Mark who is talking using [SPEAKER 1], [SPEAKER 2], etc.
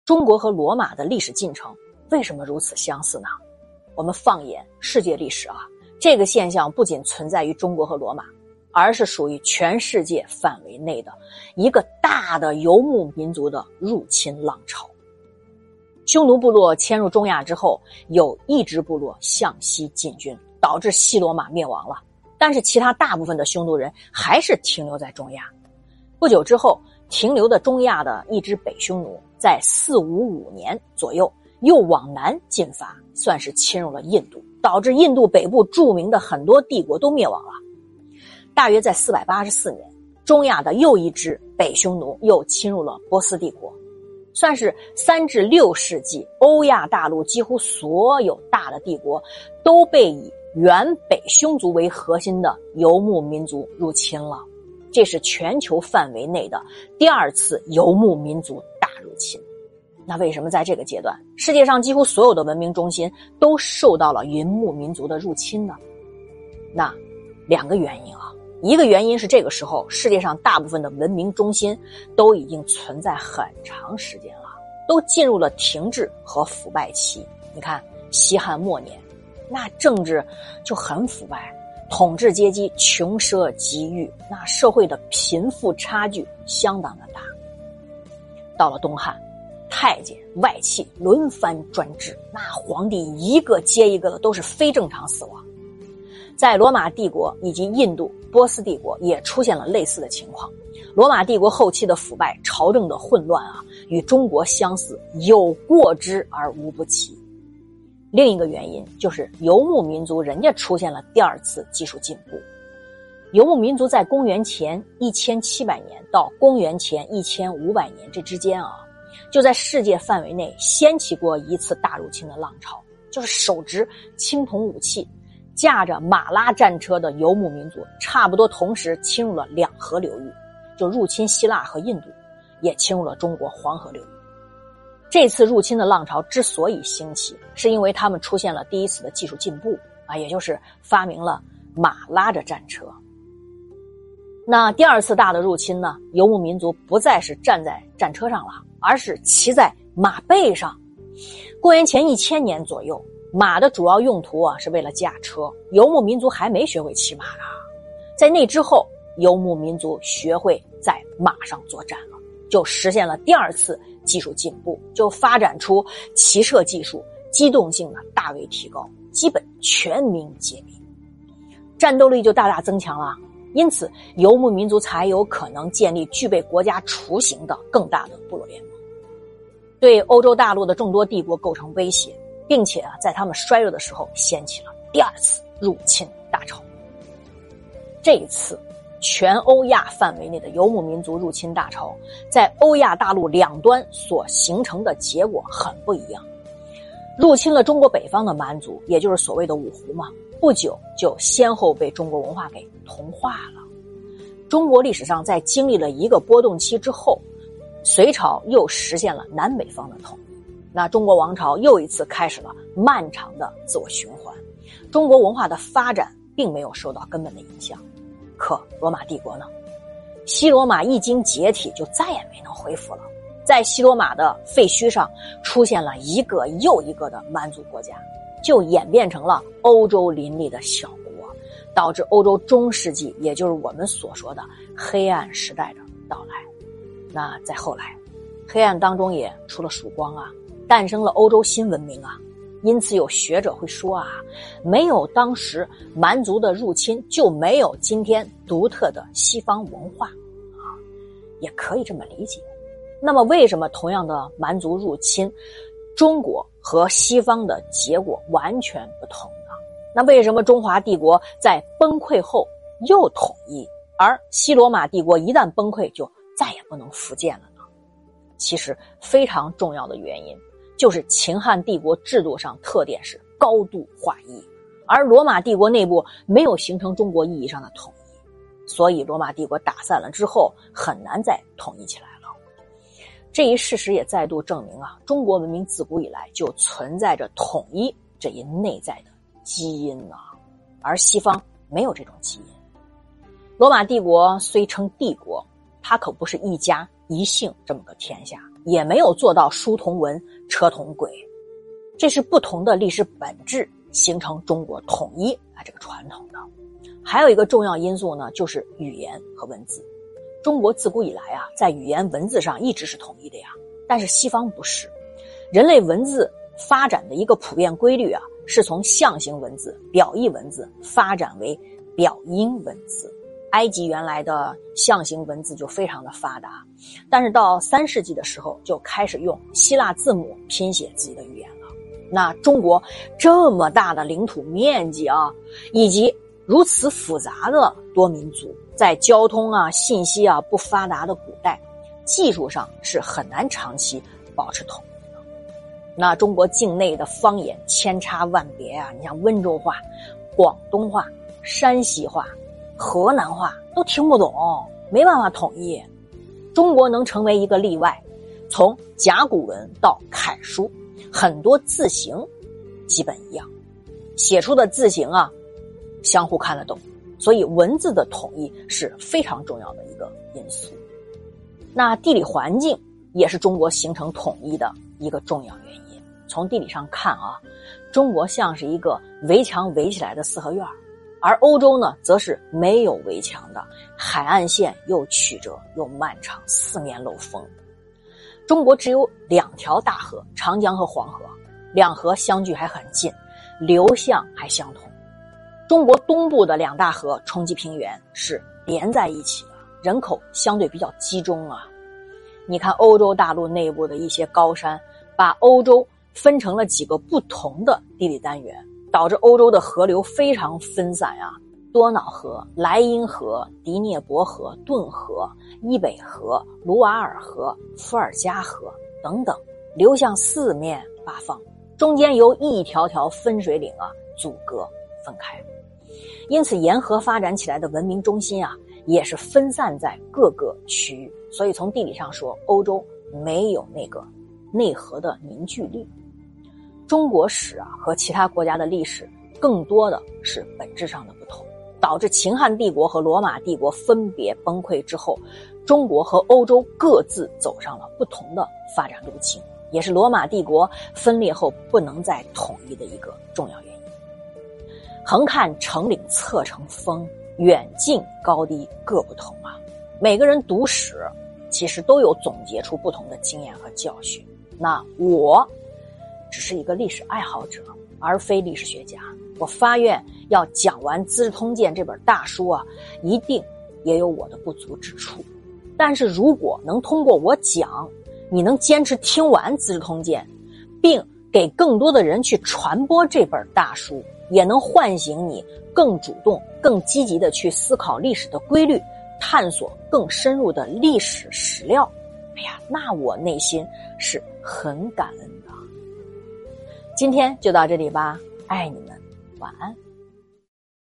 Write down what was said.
[SPEAKER 1] 中国和罗马的历史进程为什么如此相似呢？我们放眼世界历史啊，这个现象不仅存在于中国和罗马，而是属于全世界范围内的一个大的游牧民族的入侵浪潮。匈奴部落迁入中亚之后，有一支部落向西进军，导致西罗马灭亡了，但是其他大部分的匈奴人还是停留在中亚。不久之后，停留的中亚的一支北匈奴在455年左右又往南进发，算是侵入了印度，导致印度北部著名的很多帝国都灭亡了。大约在484年，中亚的又一支北匈奴又侵入了波斯帝国，算是3至6世纪欧亚大陆几乎所有大的帝国都被以原北匈族为核心的游牧民族入侵了。这是全球范围内的第2次游牧民族大入侵。那为什么在这个阶段，世界上几乎所有的文明中心都受到了游牧民族的入侵呢？那2个原因啊。一个原因是这个时候世界上大部分的文明中心都已经存在很长时间了，都进入了停滞和腐败期。你看西汉末年，那政治就很腐败，统治阶级穷奢极欲，那社会的贫富差距相当的大。到了东汉，太监外戚轮番专制，那皇帝一个接一个的都是非正常死亡。在罗马帝国以及印度、波斯帝国也出现了类似的情况。罗马帝国后期的腐败、朝政的混乱啊，与中国相似，有过之而无不及。另一个原因就是游牧民族人家出现了第2次技术进步。游牧民族在公元前1700年到公元前1500年这之间啊，就在世界范围内掀起过一次大入侵的浪潮，就是手执青铜武器、驾着马拉战车的游牧民族差不多同时侵入了2河流域，就入侵希腊和印度，也侵入了中国黄河流域。这次入侵的浪潮之所以兴起，是因为他们出现了第1次的技术进步啊，也就是发明了马拉着战车。那第2次大的入侵呢，游牧民族不再是站在战车上了，而是骑在马背上。公元前1000年左右，马的主要用途啊是为了驾车，游牧民族还没学会骑马呢。在那之后，游牧民族学会在马上作战了，就实现了第2次技术进步，就发展出骑射技术，机动性呢大为提高，基本全民皆兵，战斗力就大大增强了。因此游牧民族才有可能建立具备国家雏形的更大的部落联盟，对欧洲大陆的众多帝国构成威胁，并且在他们衰弱的时候掀起了第2次入侵大潮。这一次全欧亚范围内的游牧民族入侵大潮，在欧亚大陆两端所形成的结果很不一样。入侵了中国北方的蛮族，也就是所谓的五胡嘛，不久就先后被中国文化给同化了。中国历史上在经历了一个波动期之后，隋朝又实现了南北方的统一，那中国王朝又一次开始了漫长的自我循环。中国文化的发展并没有受到根本的影响。可罗马帝国呢？西罗马一经解体就再也没能恢复了。在西罗马的废墟上出现了一个又一个的蛮族国家，就演变成了欧洲林立的小国，导致欧洲中世纪，也就是我们所说的黑暗时代的到来。那再后来，黑暗当中也出了曙光啊，诞生了欧洲新文明啊。因此有学者会说啊，没有当时蛮族的入侵，就没有今天独特的西方文化啊，也可以这么理解。那么为什么同样的蛮族入侵，中国和西方的结果完全不同呢？那为什么中华帝国在崩溃后又统一，而西罗马帝国一旦崩溃就再也不能复建了呢？其实非常重要的原因就是秦汉帝国制度上特点是高度划一，而罗马帝国内部没有形成中国意义上的统一，所以罗马帝国打散了之后很难再统一起来了。这一事实也再度证明啊，中国文明自古以来就存在着统一这一内在的基因啊，而西方没有这种基因。罗马帝国虽称帝国，它可不是一家一姓这么个天下， 也没有做到书同文，车同轨。这是不同的历史本质形成中国统一这个传统的。还有一个重要因素呢，就是语言和文字。中国自古以来在语言文字上一直是统一的呀，但是西方不是。人类文字发展的一个普遍规律是从象形文字、表意文字发展为表音文字。埃及原来的象形文字就非常的发达，但是到3世纪的时候就开始用希腊字母拼写自己的语言了。那中国这么大的领土面积以及如此复杂的多民族，在交通信息不发达的古代，技术上是很难长期保持统一的。那中国境内的方言千差万别你像温州话、广东话、山西话、河南话都听不懂，没办法统一。中国能成为一个例外，从甲骨文到楷书，很多字形基本一样，写出的字形相互看得懂，所以文字的统一是非常重要的一个因素。那地理环境也是中国形成统一的一个重要原因。从地理上看中国像是一个围墙围起来的四合院，而欧洲呢则是没有围墙的，海岸线又曲折又漫长，四面漏风。中国只有2条大河，长江和黄河，两河相距还很近，流向还相同。中国东部的2大河冲积平原是连在一起的，人口相对比较集中你看欧洲大陆内部的一些高山，把欧洲分成了几个不同的地理单元，导致欧洲的河流非常分散多瑙河、莱茵河、迪涅伯河、顿河、伊北河、卢瓦尔河、伏尔加河等等，流向4面8方，中间由一条条分水岭阻隔分开。因此沿河发展起来的文明中心也是分散在各个区域，所以从地理上说，欧洲没有那个内核的凝聚力。中国史和其他国家的历史更多的是本质上的不同，导致秦汉帝国和罗马帝国分别崩溃之后，中国和欧洲各自走上了不同的发展路径，也是罗马帝国分裂后不能再统一的一个重要原因。横看成岭侧成峰，远近高低各不同每个人读史其实都有总结出不同的经验和教训。那我只是一个历史爱好者，而非历史学家。我发愿要讲完《资治通鉴》这本大书一定也有我的不足之处。但是如果能通过我讲，你能坚持听完《资治通鉴》，并给更多的人去传播这本大书，也能唤醒你更主动、更积极的去思考历史的规律，探索更深入的历史史料。那我内心是很感恩的。今天就到这里吧，爱你们，晚安。